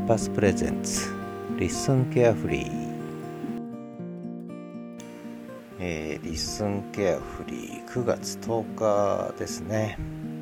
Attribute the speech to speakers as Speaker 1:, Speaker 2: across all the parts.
Speaker 1: パスプレゼンツリッスンケアフリー、リッスンケアフリー9月10日ですね。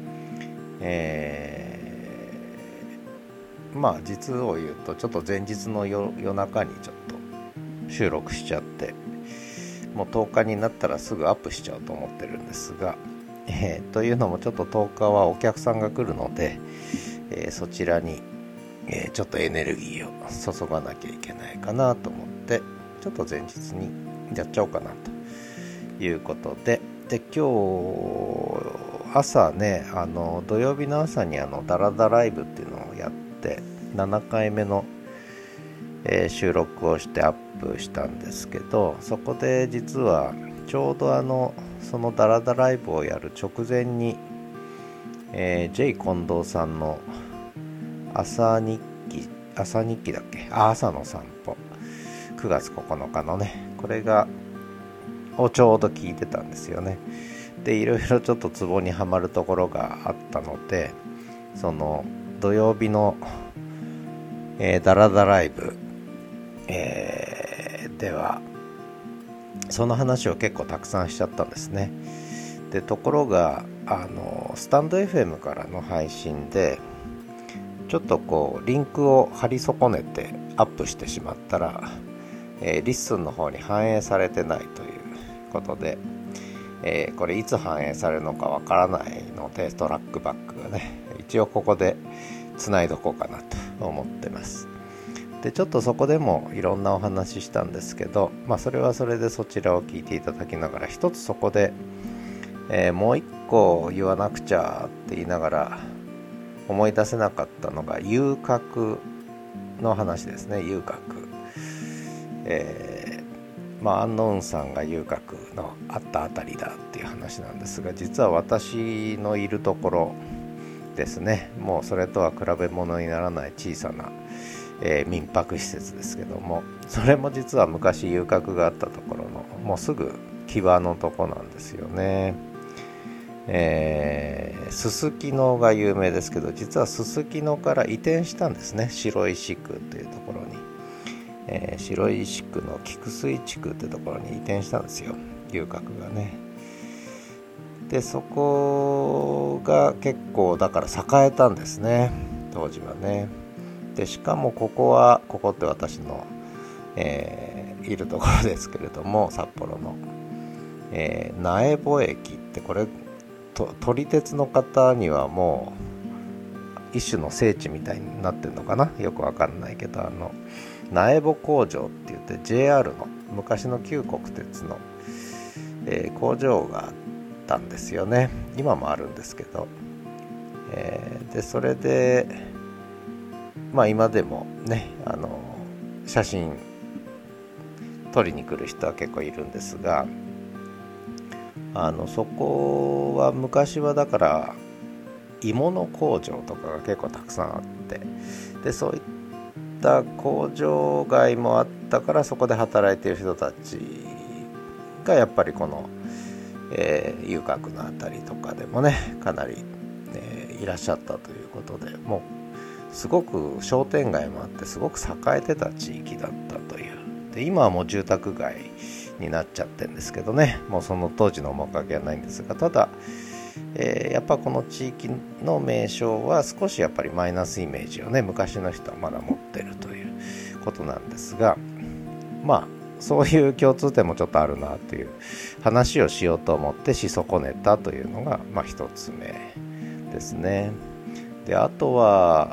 Speaker 1: 実を言うとちょっと前日の夜中にちょっと収録しちゃって、もう10日になったらすぐアップしちゃおうと思ってるんですが、というのもちょっと10日はお客さんが来るので、そちらに、ちょっとエネルギーを注がなきゃいけないかなと思って、ちょっと前日にやっちゃおうかなということで、今日朝ね、土曜日の朝にダラダライブっていうのをやって7回目の、収録をしてアップしたんですけど、そこで実はちょうどそのダラダライブをやる直前に、J 近藤さんの朝日記だっけ、朝の散歩9月9日のね、これをちょうど聞いてたんですよね。でいろいろちょっとツボにはまるところがあったので、その土曜日の、ダラダライブ、ではその話を結構たくさんしちゃったんですね。でところがスタンド FM からの配信でちょっとこうリンクを貼り損ねてアップしてしまったら、リッスンの方に反映されてないということで、これいつ反映されるのかわからないので、トラックバックがね一応ここでつないどこうかなと思ってます。でちょっとそこでもいろんなお話ししたんですけど、それはそれでそちらを聞いていただきながら、一つそこで、もう一個言わなくちゃって言いながら思い出せなかったのが遊郭の話ですね。遊郭、アンノウンさんが遊郭のあったあたりだっていう話なんですが、実は私のいるところですね、もうそれとは比べ物にならない小さな、民泊施設ですけども、それも実は昔遊郭があったところのもうすぐ木場のとこなんですよね。すすきのが有名ですけど、実はすすきのから移転したんですね、白石区というところに、白石区の菊水地区というところに移転したんですよ、遊郭がね。でそこが結構だから栄えたんですね、当時はね。でしかもここって私の、いるところですけれども、札幌の、苗穂駅って、これ撮り鉄の方にはもう一種の聖地みたいになってるのかな、よくわかんないけど、苗穂工場って言って JR の昔の旧国鉄の、工場があったんですよね。今もあるんですけど、でそれで今でもね写真撮りに来る人は結構いるんですが、そこは昔はだから鋳物工場とかが結構たくさんあって、でそういった工場街もあったから、そこで働いている人たちがやっぱりこの、遊郭のあたりとかでもねかなり、いらっしゃったということで、もうすごく商店街もあってすごく栄えてた地域だったという。で今はもう住宅街になっちゃってるんですけどね、もうその当時の面影はないんですが、ただ、やっぱこの地域の名称は少しやっぱりマイナスイメージをね昔の人はまだ持ってるということなんですが、そういう共通点もちょっとあるなという話をしようと思ってし損ねたというのが一つ目ですね。であとは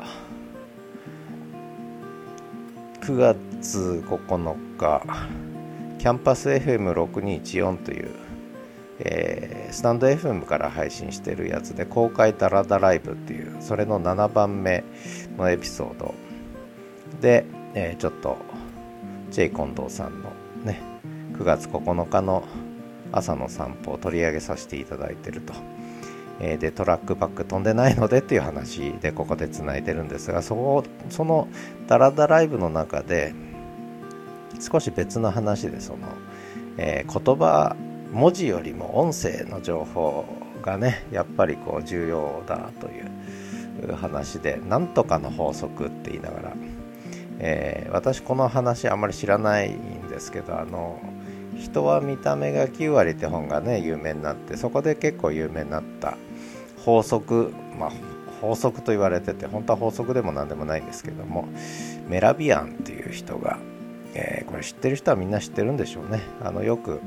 Speaker 1: 9月9日キャンパス FM6214 という、スタンド FM から配信しているやつで、公開ダラダライブっていう、それの7番目のエピソードで、ちょっと J 近藤さんのね9月9日の朝の散歩を取り上げさせていただいていると。でトラックバック飛んでないのでっていう話でここでつないでるんですが、そのダラダライブの中で少し別の話で、言葉文字よりも音声の情報がねやっぱりこう重要だという話で、なんとかの法則って言いながら私この話あんまり知らないんですけど、人は見た目が9割って本がね有名になって、そこで結構有名になった法則、法則と言われてて、本当は法則でも何でもないんですけども、メラビアンっていう人が、これ知ってる人はみんな知ってるんでしょうね。よく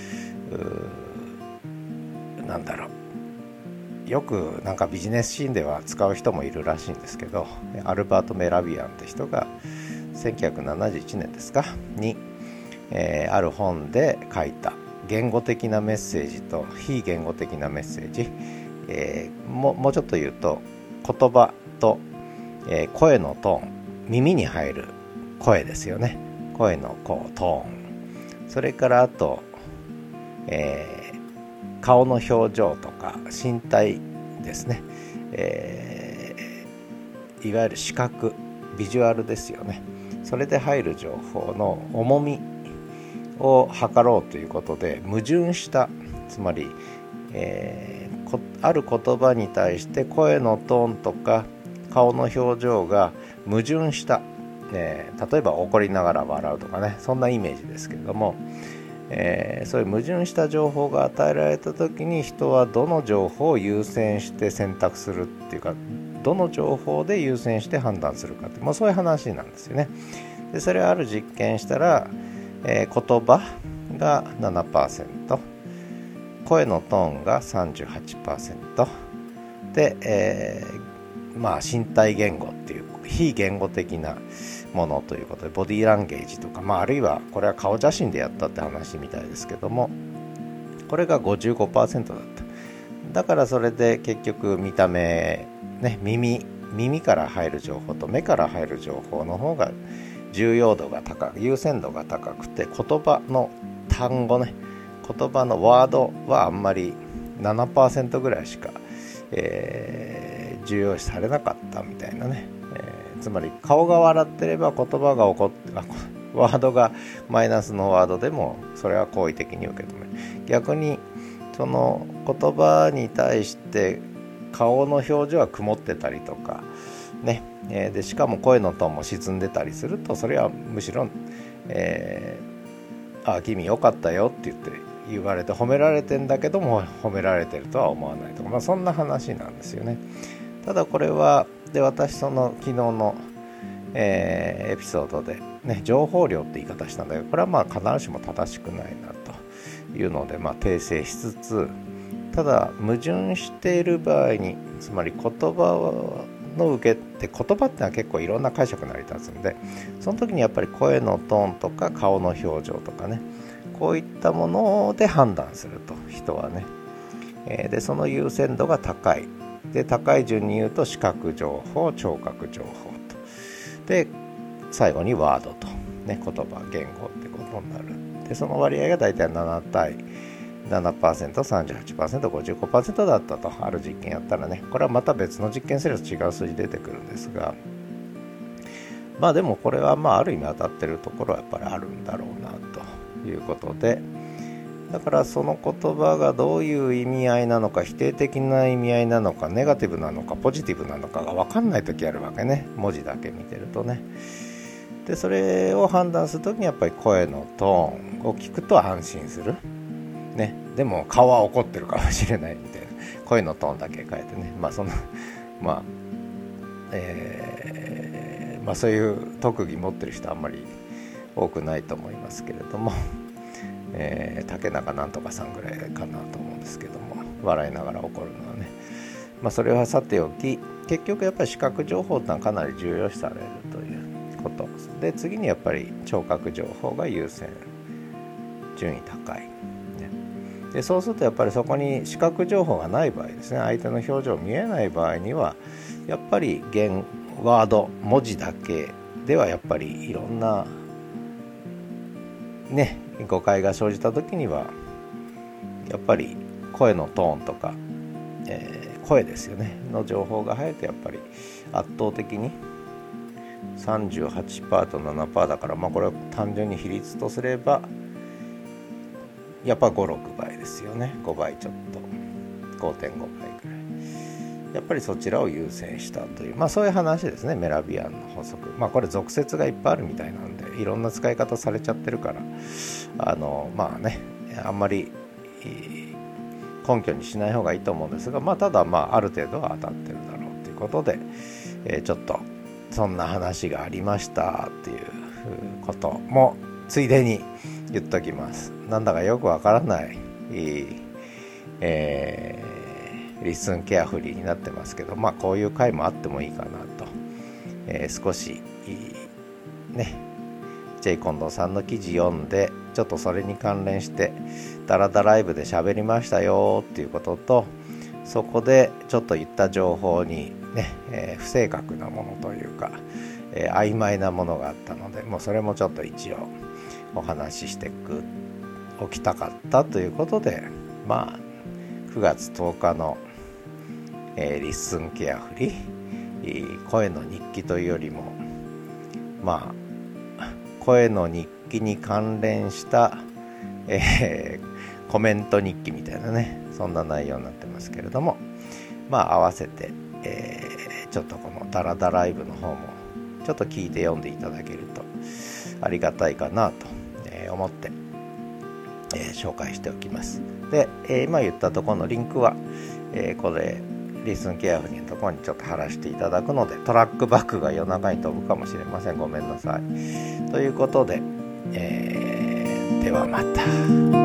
Speaker 1: よくなんかビジネスシーンでは使う人もいるらしいんですけど、アルバート・メラビアンって人が1971年ですかに、ある本で書いた言語的なメッセージと非言語的なメッセージ、もうちょっと言うと、言葉と、声のトーン、耳に入る声ですよね。声のトーン、それからあと、顔の表情とか身体ですね、いわゆる視覚、ビジュアルですよね。それで入る情報の重みを測ろうということで、矛盾した、つまり、ある言葉に対して声のトーンとか顔の表情が矛盾した、例えば怒りながら笑うとかね、そんなイメージですけれども、そういう矛盾した情報が与えられた時に、人はどの情報を優先して選択するっていうか、どの情報で優先して判断するかって、そういう話なんですよね。でそれをある実験したら、言葉が 7%、 声のトーンが 38% で、身体言語っていう非言語的なものということで、ボディーランゲージとか、あるいはこれは顔写真でやったって話みたいですけども、これが 55% だった。だからそれで結局見た目、ね、耳から入る情報と目から入る情報の方が重要度が高く、優先度が高くて、言葉の単語ね、言葉のワードはあんまり 7% ぐらいしか、重要視されなかったみたいなね。つまり顔が笑ってれば言葉が起こってワードがマイナスのワードでもそれは好意的に受け止める。逆にその言葉に対して顔の表情は曇ってたりとかね、でしかも声のトーンも沈んでたりすると、それはむしろ、君よかったよって言われて褒められてんだけども、褒められてるとは思わないとか、そんな話なんですよね。ただこれはで、私その昨日の、エピソードで、ね、情報量って言い方したんだけど、これは必ずしも正しくないなというので、訂正しつつ、ただ矛盾している場合に、つまり言葉の受けって、言葉ってのは結構いろんな解釈成り立つんで、その時にやっぱり声のトーンとか顔の表情とかね、こういったもので判断すると、人はね、でその優先度が高い。で高い順に言うと視覚情報、聴覚情報と、で最後にワードと、ね、言葉、言語ってことになる。でその割合がだいたい7対 7%、38%、55% だったと、ある実験やったらね。これはまた別の実験すると違う数字出てくるんですが、でもこれはある意味当たってるところはやっぱりあるんだろうなということで、だからその言葉がどういう意味合いなのか、否定的な意味合いなのか、ネガティブなのかポジティブなのかが分かんない時あるわけね、文字だけ見てるとね。でそれを判断する時にやっぱり声のトーンを聞くと安心する、ね、でも顔は怒ってるかもしれないみたいな、声のトーンだけ変えてね、そういう特技持ってる人はあんまり多くないと思いますけれども、竹中なんとかさんぐらいかなと思うんですけども、笑いながら怒るのはね。それはさておき、結局やっぱり視覚情報ってのはかなり重要視されるということで、次にやっぱり聴覚情報が優先順位高い、ね、でそうするとやっぱりそこに視覚情報がない場合ですね、相手の表情見えない場合にはやっぱりワード、文字だけではやっぱりいろんなね、誤解が生じた時にはやっぱり声のトーンとか、声ですよねの情報が入ると、やっぱり圧倒的に 38% と 7% だから、これを単純に比率とすればやっぱ 5,6 倍ですよね。5倍ちょっと 5.5 倍ぐらいやっぱりそちらを優先したという、そういう話ですね。メラビアンの法則、これ俗説がいっぱいあるみたいなんで、いろんな使い方されちゃってるから、あんまり根拠にしない方がいいと思うんですが、ただある程度は当たってるだろうということで、ちょっとそんな話がありましたっていうこともついでに言っときます。なんだかよくわからないリスンケアフリーになってますけど、こういう回もあってもいいかなと、少しね、J 近藤さんの記事読んで、ちょっとそれに関連してダラダライブで喋りましたよっていうことと、そこでちょっと言った情報にね、不正確なものというか、曖昧なものがあったので、もうそれもちょっと一応お話ししておきたかったということで、9月10日のリッスンケアフリー、声の日記というよりも声の日記に関連した、コメント日記みたいなね、そんな内容になってますけれども、合わせて、ちょっとこのダラダライブの方もちょっと聞いて読んでいただけるとありがたいかなと思って、紹介しておきます。で、今言ったところのリンクは、これリスンケアフリーのところにちょっと貼らせていただくので、トラックバックが夜中に飛ぶかもしれません。ごめんなさい。ということで、ではまた。